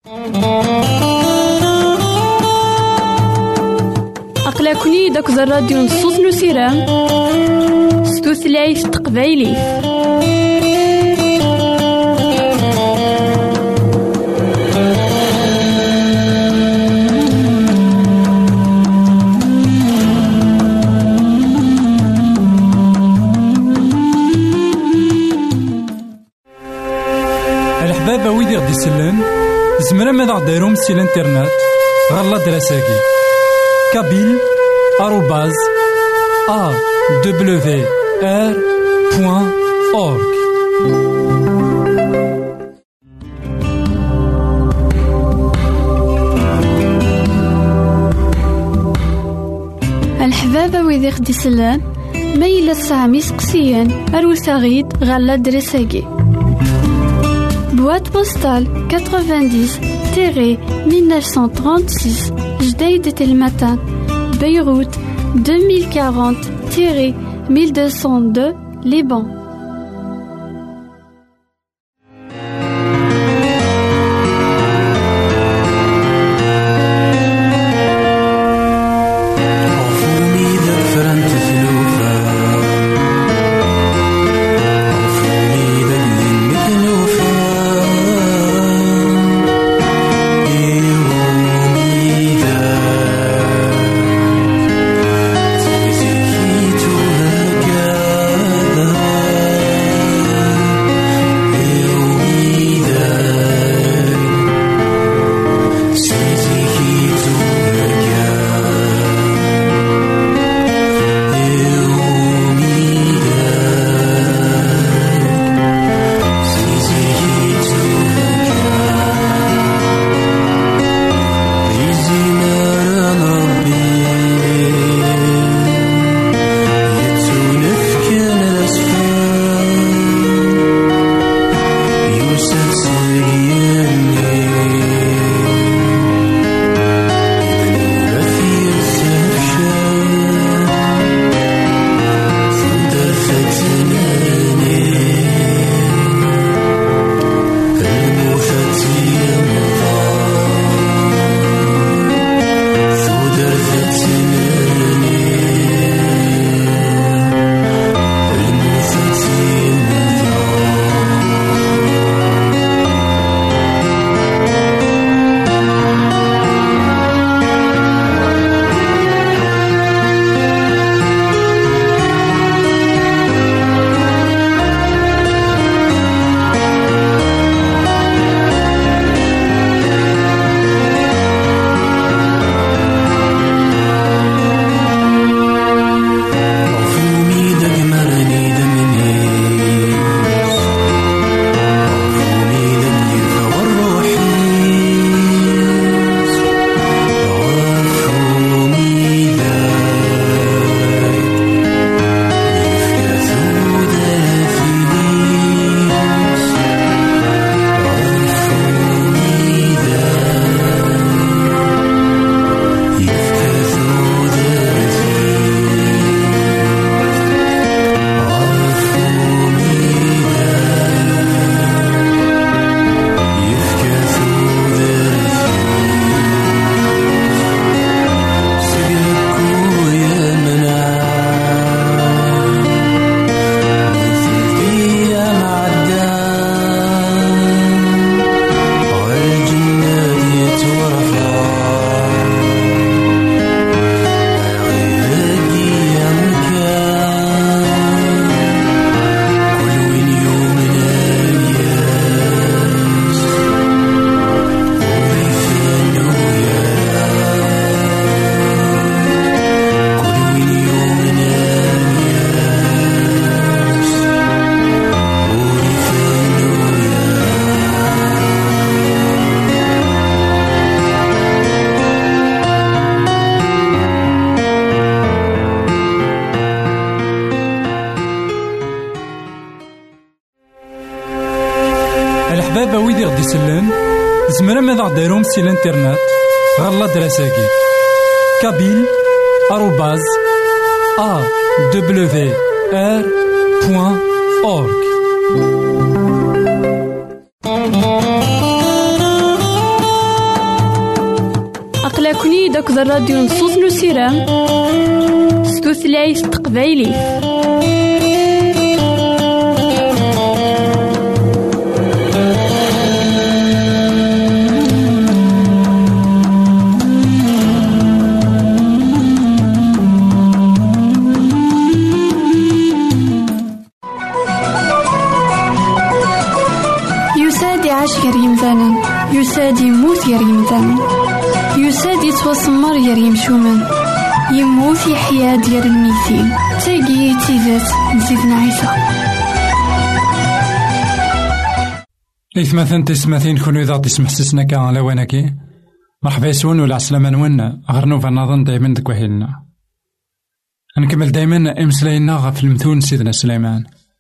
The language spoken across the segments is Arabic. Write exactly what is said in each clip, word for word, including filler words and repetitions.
أقلكني داك الراديو نصوص نسيران ستوثلايف تقبايلي. الحبابة ويدي غدي يسلن زمرا ماذا غديرهم سي الانترنت غالا دراساكي كابيل آروباز أ دبليو آر بوان أورك. الحبابة ويدي غدي يسلن ميلا سامي سقسيان أروساغيد غالا دراساكي boîte postale quatre-vingt-dix mille neuf cent trente-six Jdeï de Telmatan, Beyrouth deux mille quarante mille deux cent deux Liban. الحبابة ويدي غدي يسلن زمرا ماذا غديرهم سي الانترنت غالا دراساكي كابيل آروباز أ دبليو آر بوان أورك. أغلى داك الراديو نصوص نسيرام ستوثلايف تقبايلي. يعيش يمثالا يساد يموت ير يمثالا يساد يتوسمر ير يمشومان يموت يحيا ديال الميتين تاقي تيزات نزيدنا عيسى إثماثن تسمثين كونو إذا تسمح سسنا كان على وانكي مرحبا يسون ولا عسلامة نونا غرنوفا نظن دايما دكوهيلنا نكمل دايما إمسلاينا في المثول سيدنا سليمان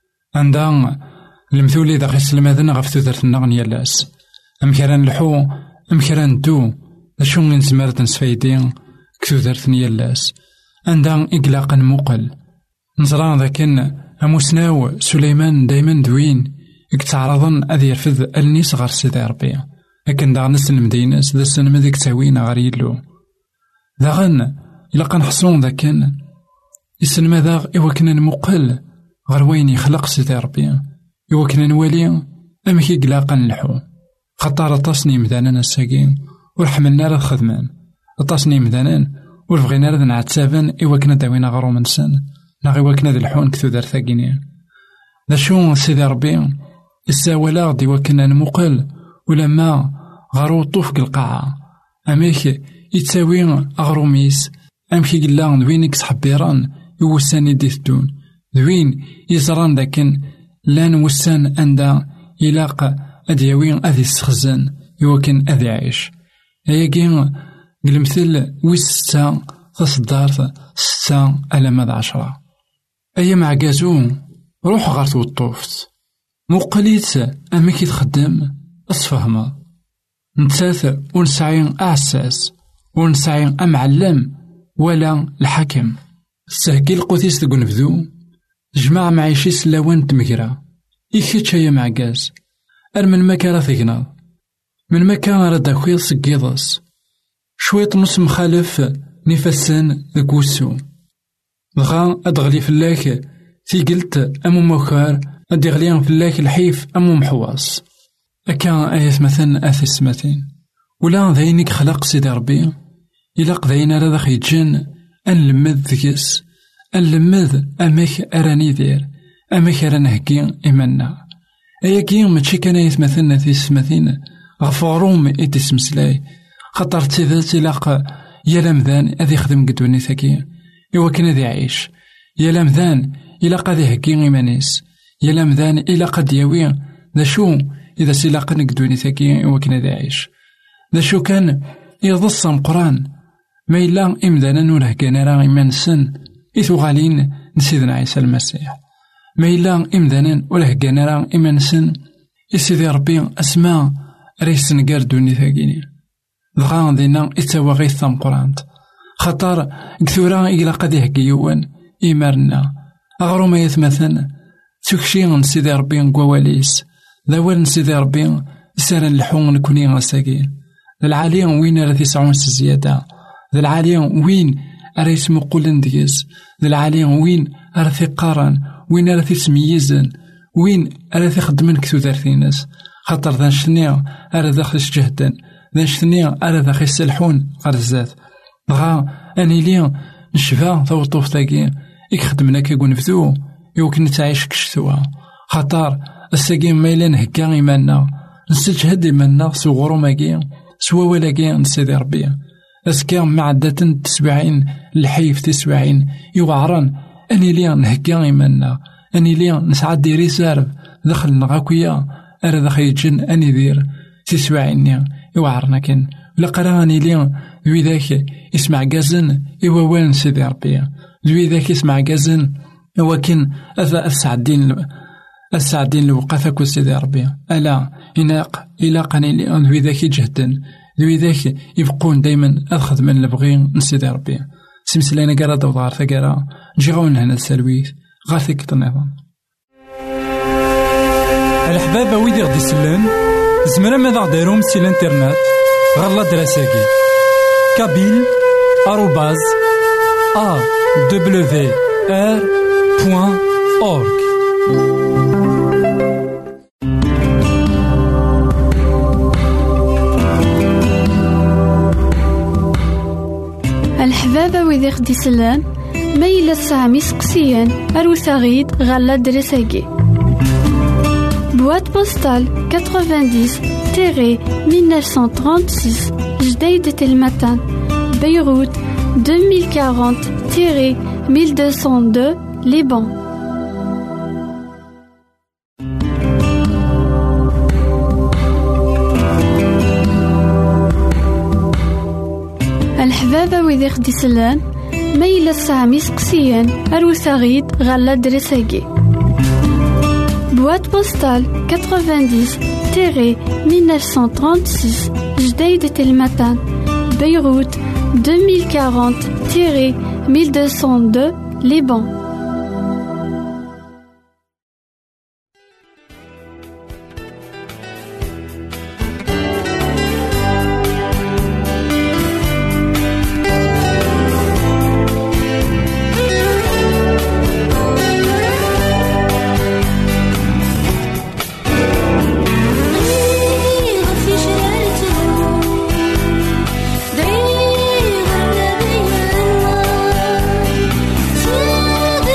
عندها المثول إذا غير سلماذن غف ثوثرتنا غنيالاس أمكران لحو أمكران دو أشو نزمر تنسفايدين كثوثرت نيالاس عندها إقلاقا مقل نزران ذاكن أموسناو سليمان دايما دوين يكتعرضن أذي يرفذ النيس غير سيدي ربي لكن دا نسلم ديناس دا سلم ذيك تاوين غير يلو ذا غن إلا قنحصون ذاكن يسلم ذا إوا كنا نمقل غير وين يخلق سيدي ربي إوا كنا نوالي أمك إقلاقا نلحو خطار التصني مذانا الساقين ورحملنا راه خدمان التصني مذانا ورفغينا راه نعتسابن إوا كنا داوينا غرو منسن لا إوا كنا ذي الحون كثو دار ثاقينين ذا شو سيدي ربي الساولا غدي وكنا نمقل ولما غارو طوفك القاعة أميك يتساوي أغروميس أمكي قلان دوينك صحبيران يوساني ديثدون دوين يزران داكن لان وسان أندا يلاق أدياوين أذي السخزن يوكن أذي عيش أياكين قلمثل ويس ستة تصدارت ستة ألا ماذا عشرة أيا مع قازو روح غارت وطوفت مقليت أمك يتخدم أصفهما نتاث ونسعين أعساس ونسعين أمعلم ولا الحكم سهكي القوتيس تقول نفذو جماع معيشي سلاوان تمكرا إيكيتش هيا معقاز أر من مكان ثقنا من مكان رد أخويل سقيضس شوية نص مخالف نفسان ذكوسو دغا أدغلي فلاك في قلت أمو مخار أدي غليان فلاك الحيف أمو محواص أكا آيات مثلا آثي السماتين ولا ذينك خلق سيدي ربي إلاق ذينا رضا خيجان أنلمذ ذكس أنلمذ أماك أراني دير أماك أرانهكي إمانا أياكي ماشي كان آيات مثلا آثي السماتين غفاروم إدي سمسلاي خطر تيذات إلاق يلامذان أذي خدم قدوني ثاكي إوا كان ذي عيش يلامذان إلاق ذي هكي إيمانيس يلامذان إلا قد يوي ذا شو إذا سلاقا نقدوني ثاكي وكنا ذا عيش ذا شو كان يضصم قرآن ما إلا إمدانا نوره كان راه إيمان سن إثو غالين نسيدنا عيسى المسيح ما إلا إمدانا وله كان راه إيمان سن إسيدي ربي أسماء ريس نقاردوني ثاكيني دغا دينا إتاوا غير ثم قرآن خطر كثورا إلا قد يهكي يوان إيمارنا أغرو ما يتمثل تكشي نسيدي ربي نقواليس ذاول نسيدي ربي سارا الحون نكوني غساكين ذا العالية وين راه تسعون الزيادة ذا العالية وين راه يسمو قولن ديس ذا العالية وين راه ثقارن وين راه تسميزن وين راه تخدمن كثو دارثينس خاطر ذا نشتنيا راه داخلش جهدا ذا نشتنيا راه داخل السلحون غرزات بغا أني ليا نشفا ثوطوف تاكي إك خدمنا كيقول نفذو يمكن نتعيش كشتوا خطر الساقين ميلان هكا إيماننا نستجهد إيماننا سوغرو ماكي سوا ولاكي نسيدي ربي أسكا معدة تسبعين الحيف تسبعين يوعران أني ليا نهكا إيماننا أني ليا نسعد ديري سارف دخل نغاكويا أرى دخل يجن أني دير تسبعين يوعرنا كن لقرا أني ليا ذوي ذاك يسمع قازن إوا وين سيدي ربي ذوي ذاك يسمع قازن ولكن أذا السعدين السعدين لوقفك سيدي ربي ألا إناق إلا قاني لأن ذوي ذاك جهدا ذوي ذاك يبقون دايما أخذ من البغي نسيدي ربي سمسلينا قرا دوضار ثقرا نجيغون هنا السلويث غاثك تنظم الحبابة ويدي غدي سلان زمرا ماذا غديرهم سي الانترنت غالا دراساكي kabyle arobase a w r point org. الحبابة ويدي خدي سلان ميلا سامي سقسيان أروساغيد غالا دريساكي boîte postale quatre-vingt-dix mille neuf cent trente-six جديدة المتن Beyrouth deux mille quarante mille deux cent deux Liban. الحبابة ويدي خدي سلان ميلا سامي سقسيان أروساغيد غالا دريساكي boîte postale quatre-vingt-dix mille neuf cent trente-six جديدة المتن Beyrouth deux mille quarante mille deux cent deux Liban. They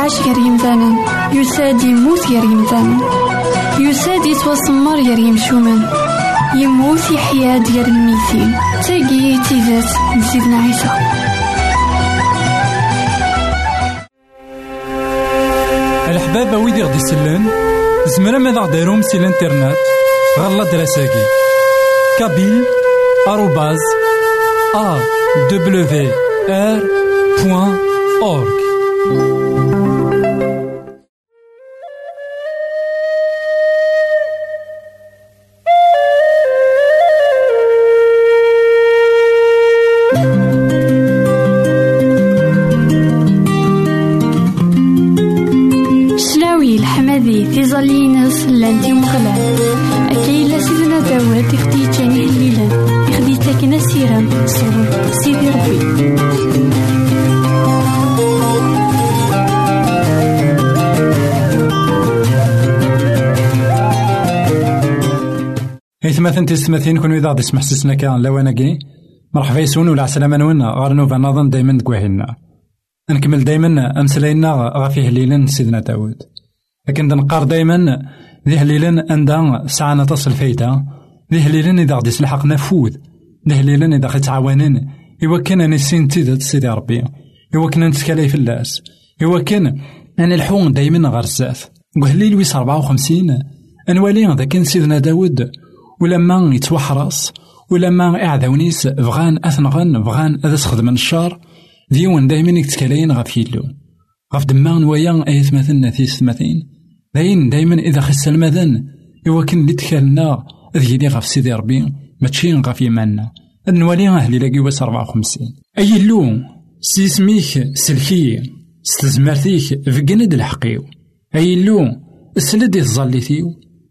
يعاش غير يمثالا يساد يموت غير يمثالا يساد يتوسمر غير يمشومن يموت يحيا ديال الميتين تاقي تيزات لسيدنا عيسى. الحبابة ويدي غدي يسلن زمرا ماذا غديرهم سي الانترنت غالا دراساكي كابيل آروباز أ دبليو آر بوان أورك. تيزالينس لانتي مغلان أكيلا سيدنا داود يخدي جاني هليلا يخدي تاكنا سيران صور سيدي ربي. إثماثن تستمثين كونو إذا غدي يسمح سيسنا كان لواناكي مرحبا يسون ولا عسلامة نونا غار نوفا نظن دايما دكواهيلنا نكمل دايما أمسلاينا غافي هليلا سيدنا داود. لكن نقار دايما ذي هليلان عندها ساعة تصل فايدة ذي هليلان إذا غدي يسلحق نفوذ ذي هليلان إذا غدي تعاونن إوا كان أنا سين تيدت سيدي ربي إوا كان نتكلاي في اللاس إوا كان أنا الحون دايما غير الزات وهليل ويس أربعة وخمسين أنوالي ذا كان سيدنا داود ولما يتوحرص ولما أعداونيس بغان أثنغن بغان أذا سخدمن الشار ديون دايما يتكلاين غف يلو غف دمان ويا أيث مثلنا ثيث مثين داين دايما إذا خس المذن إوا كان اللي تكالنا ذي غف سيدي ربي ماتشين غف يمانا النوالي أهلي لاقي واس أربعة وخمسين أي اللون سيسميك سلكي ستزمرتيك فقند الحقيو أي اللون السلد يتظليثيو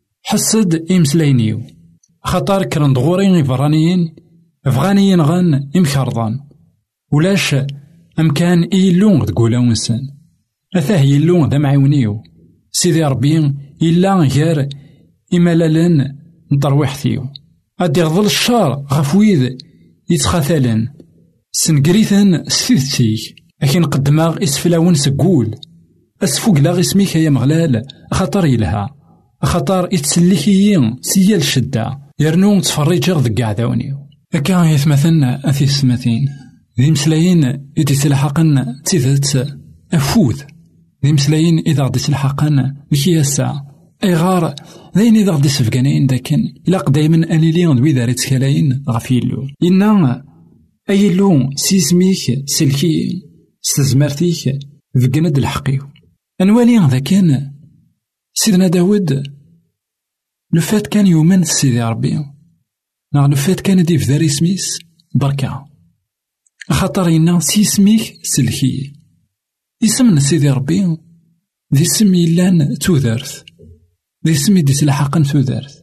حسد إمسلينيو خطار كرن دغورين فرانيين فغانيين غن إمكارضان ولاش أمكان إي اللون تقول أونسان أثاه اللون ذا معيونيو سيدي ربي إلا غير إمالالن نطروح ثيو أدي غضل الشار غفويد يتخاثلن سنقريثن سفيدتيك أكين قدماغ إسفلاون سقول أسفوق لاغ اسميك يا مغلال خطر يلها خطر يتسليكيين سيال الشدة يرنو تفريجا ذك قعداونيو أكا يثمثن أثي السمثين ذي مسلايين إذا تلحقن تيذات أفوذ ذي مسلايين إذا غدي تلحقن بكياسا أي غار ذين إذا غدي سفقانين داكن لاق دايما أليلين دوي ذاري تكالاين غفيلو إنا أي لون سيسميك سلكي استزمرتيك فقند الحقيو أنوالي ذا كان سيدنا داود لفات كان يومن سيدي ربي نغ لفات كان دي في ذاري سميس بركة خاطر إنا سيسميك سلكي اسم سيدي ربي ذي اسم يلان تودرث ذي اسم دي سلحقن تودرث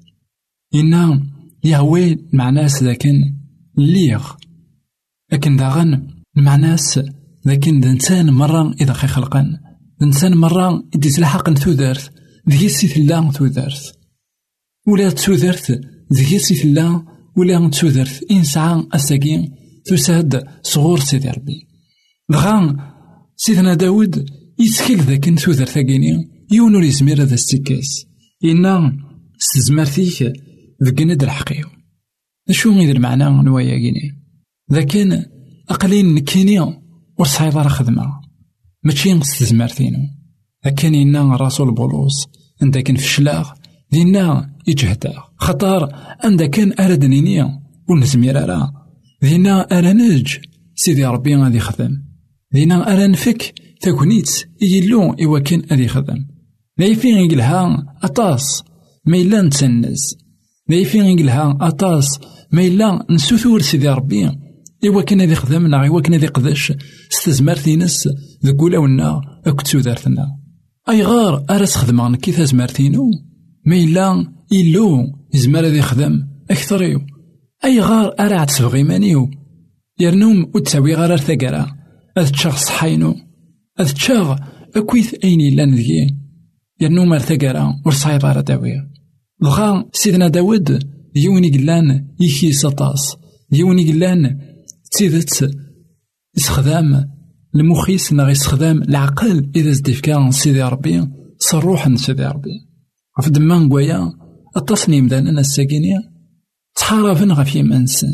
إنا يهوي معناس ذاكن ليغ لكن داغن معناس ذاكن دنسان مرة إذا خي خلقن دنسان مرة إدي سلحقن تودرث ذي سيث الله تودرث ولا تودرث ذي سيث الله ولا تودرث إنسان أساقين تساد صغور سيدي ربي دغا سيدنا داود يتكل ذاك نثوذر ثاقيني يونور يزمير هذا السكاس إنا استزمرتيك ذقند الحقيو شو غير المعنى نوايا كيني ذاكن أقلين نكيني ورصايد راه خدمة ماشي استزمرتينو لكن إنا رسول بولوس عندك فشلاغ دينا يجهدا خطار عندك كان أردنينيا ونزمير راه ذينا أرانج سيدي ربي غادي يخدم ذينا أرانفك تاكونيت يلو إوا كان غادي يخدم ذايفين يقلها أطاس ما إلا نتسنز ذايفين يقلها أطاس ما إلا نسوثور سيدي ربي إوا كان غادي يخدم نا إوا كان غادي يقدش استزمرتينس ذك ولاونا أكتسو دارتنا أي غار أراس خدمان كي تزمرتينو ما إلا إلو يزمر غادي يخدم أكثريو أي غار أرى تسبغي مانيو يرنوم وتساوي غار ثقرا أذ تشاغ صحينو أذ تشاغ أكويث أيني لان ذي يرنوم ارثقرا ورصايب غار داوية دغا سيدنا داود يوني قلان يكي سطاس يوني قلان تيذت استخدام المخيس نغي استخدام العقل إذا زديف كان سيدي ربي صروح سيدي ربي في دمان قويا التصنيم دانا الساكينية تحارفن غف يمانسن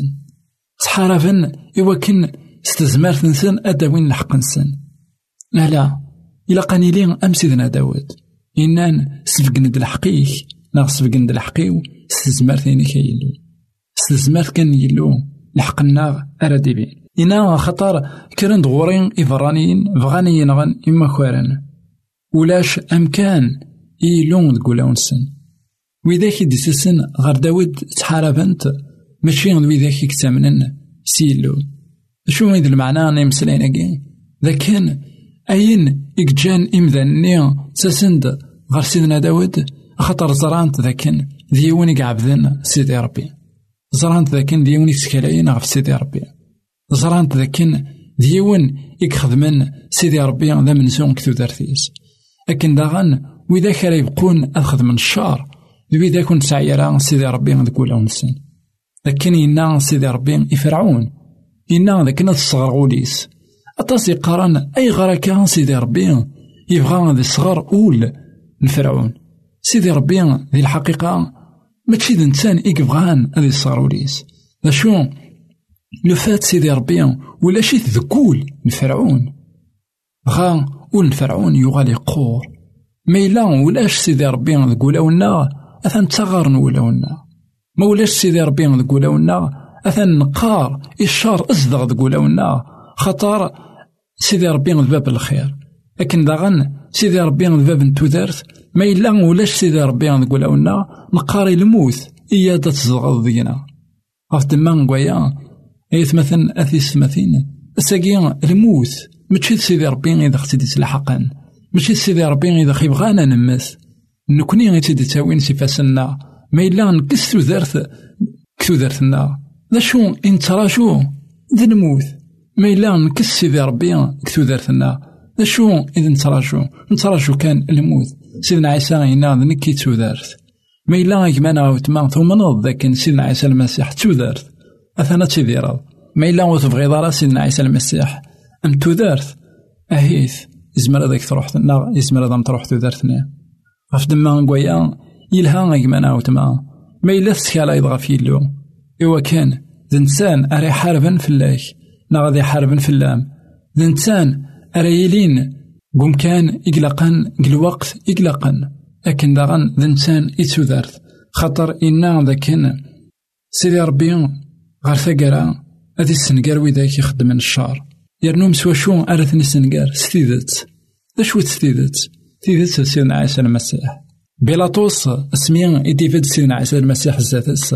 تحارفن يوكن استزمار نسن أداوين الحق نسن لا لا إلا قانيلين أم سيدنا داود إنان سفقن الحقيق نا سفقن الحقيق استزمار ثاني كيلو استزمار كان يلو لحقنا أردبي إنا خطر كرن دغورين إفرانيين فغانيين غن إما خوارن ولاش أمكان إيلون دقولاون سن وإذاك ديسسن غير داود تحاربنت ماشي وإذاك كتامنن سيلو شو هيد المعنى أنا مسلين أكي ذاكن أين إكجان إمذاني تسسند غير سيدنا داود خطر زرانت ذاكن ديوني قعبذن سيدي ربي زرانت ذاكن ديوني سكالين غف سيدي ربي زرانت ذاكن ديون يخدمن سيدي ربي ذا منسون كتو دارتيس لكن داغن وإذا كان يبقون أخذ من الشار وإذا كنت سعيرا سيدي ربي ذكول أو نسن لكن إنا سيدي ربي يفرعون إنا ذاكنا الصغر غوليس أطاسي قران أي غركا سيدي ربي يبغى ذي الصغر أول الفرعون سيدي ربي ذي الحقيقة ماشي ذي إنسان يبغان هذي الصغر غوليس ذا شو لفات سيدي ربي ولا شي ذكول الفرعون غا والفرعون يغالي قور ميلا ولاش سيدي ربي ذكولاونا أثن تصغر نولاونا ما ولاش سيدي ربي ذكولاونا أثن نقار الشار أصدق ذكولاونا خطر سيدي ربي ذباب الخير لكن داغن سيدي ربي ذباب نتودارت ميلا ولاش سيدي ربي ذكولاونا نقاري الموت إيادة تزغض دينا غف دمان قويا أيث مثلا أثيس مثين الساقيا الموت ماشي سيدي ربي إذا اختدي تلحقا ماشي سيدي ربي إذا خيبغانا نمث نكوني غيتيدي تاوين سيفاسنا ما إلا نكستو دارت كتو دارتنا ذا شو انتراشو ذا نموت ما إلا نكس سيدي ربي كتو دارتنا ذا شو إذا نتراشو نتراشو كان الموت سيدنا عيسى غينا نكي تو دارت ما إلا يجمعنا وتما ثم نض ذاك سيدنا عيسى المسيح تو دارت أثنا تيديرا ما إلا وتبغي ضرا سيدنا عيسى المسيح أم تو دارت أهيث يزمر هذاك تروح نا يزمر هذا تروح تو دارتنا غف دما نقويا يلها يجمعنا وتما ما إلا تسكالا يضغى في اللو إوا كان ذا إنسان أري حاربا في الله نا غادي حاربا في اللام ذا إنسان أري يلين قم كان إقلقا الوقت إقلقا لكن داغن ذا إنسان يتودارت خاطر إنا ذا كان سيدي ربي غير ثقرا هذي السنقار وذاك يخدم من الشهر يرنوم سوا شو أرثني السنقار ستيدت ذا شو ستيدت ستيدت سيدنا عيسى المسيح بيلاطوس اسميا إديفيد سيدنا عيسى المسيح الزاتس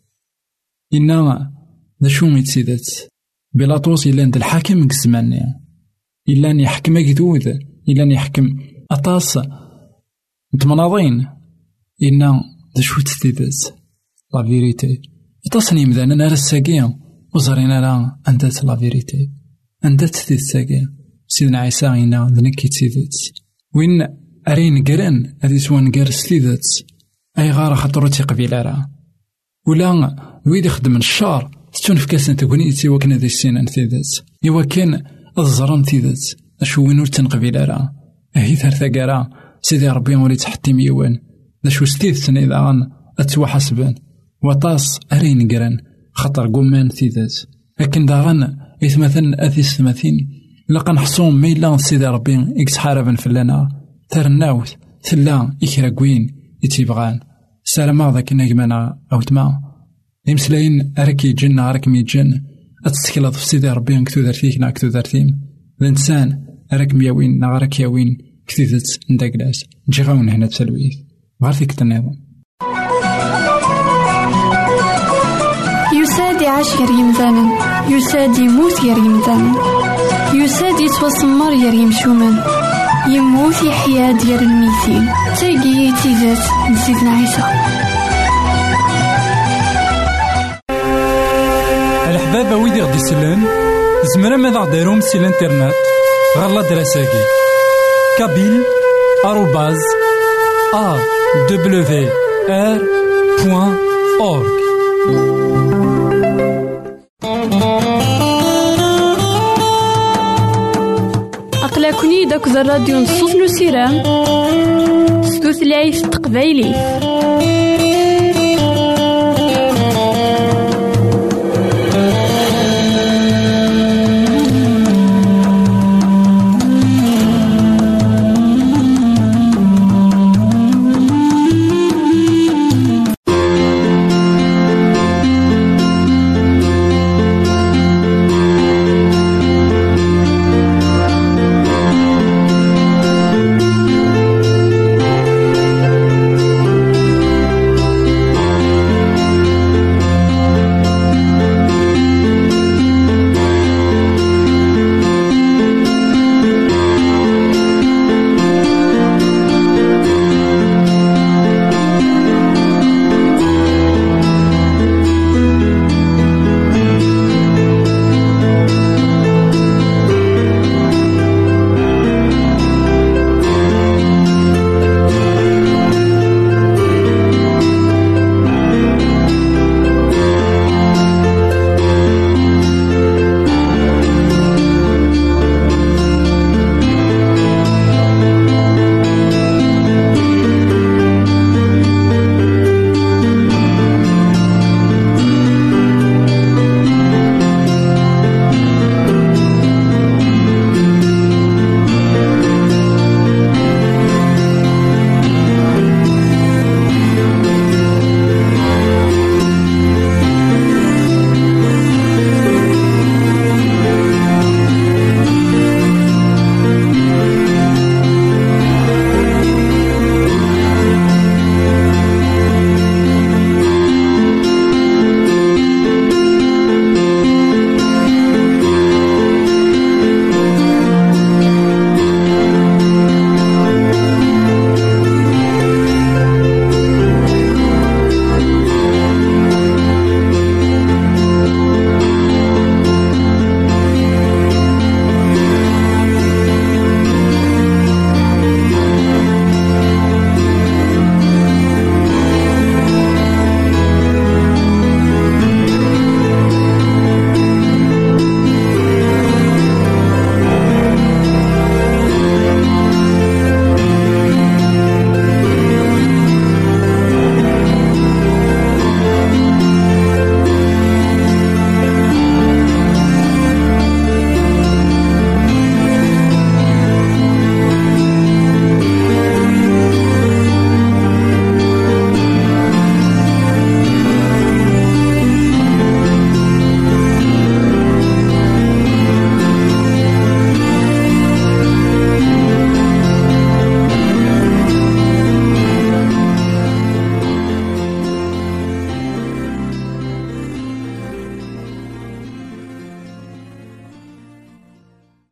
إنا ذا شو يتسيدت بيلاطوس إلا عند الحاكم كزماني إلا أن يحكم أكدود إلا أن يحكم أطاس نتمناضين إنا ذا شو تستيدت لا فيريتي أطاسني مذانا نار الساقية وزرينا لا أندات لا فيريتي أندات تستيد الساقية سيدنا عيسى إنا ذنكي تستيدت وين أرين قرن هذي سوان قار ستيدت أي غارة خطرتي قبيلة راه ولا ويد يخدم الشار ستون في كاسن تكونيتي وكنا ذي السنة نتيدت إوا كان الزران تيدت أشو وينو تنقبيلة راه أهي ثارثة قارا سيدي ربي ولي تحتي ميوان ذا شو ستيدت إذا غان أتوا حسبان وطاس أرين قرن خطر قمان تيدت لكن داغن إذ مثلا أثيس ثماثين لقا نحصوم ميلا سيدي ربي إكتحاربا فلنا ترناوت ثلا إكراقوين يتيبغان سالما ذاك نجمنا أو تما يمسلاين أركي جنة أرك ميجن أتسكلط في سيدي ربي كتو دارتيك نا كتو دارتيم الإنسان أرك مياوين نا غرك ياوين كتيدت نداقلاس نجيغاون هنا تسلويث غارثيك تناظم يساد يعيش غير يمثالا يساد يموت غير يمثالا يساد يتوسمر غير يمشومان يموت يحيا ديال الميتين تاقي تيزات لسيدنا عيسى. الحبابة ويدي غدي سلان زمرا ماذا غديرهم سي الانترنت غالا دراساكي كابيل آروباز أ دبليو آر بوان أورك. كنتيني داك الراديو نصوص نسيرام ستوثلايف تقبايلي.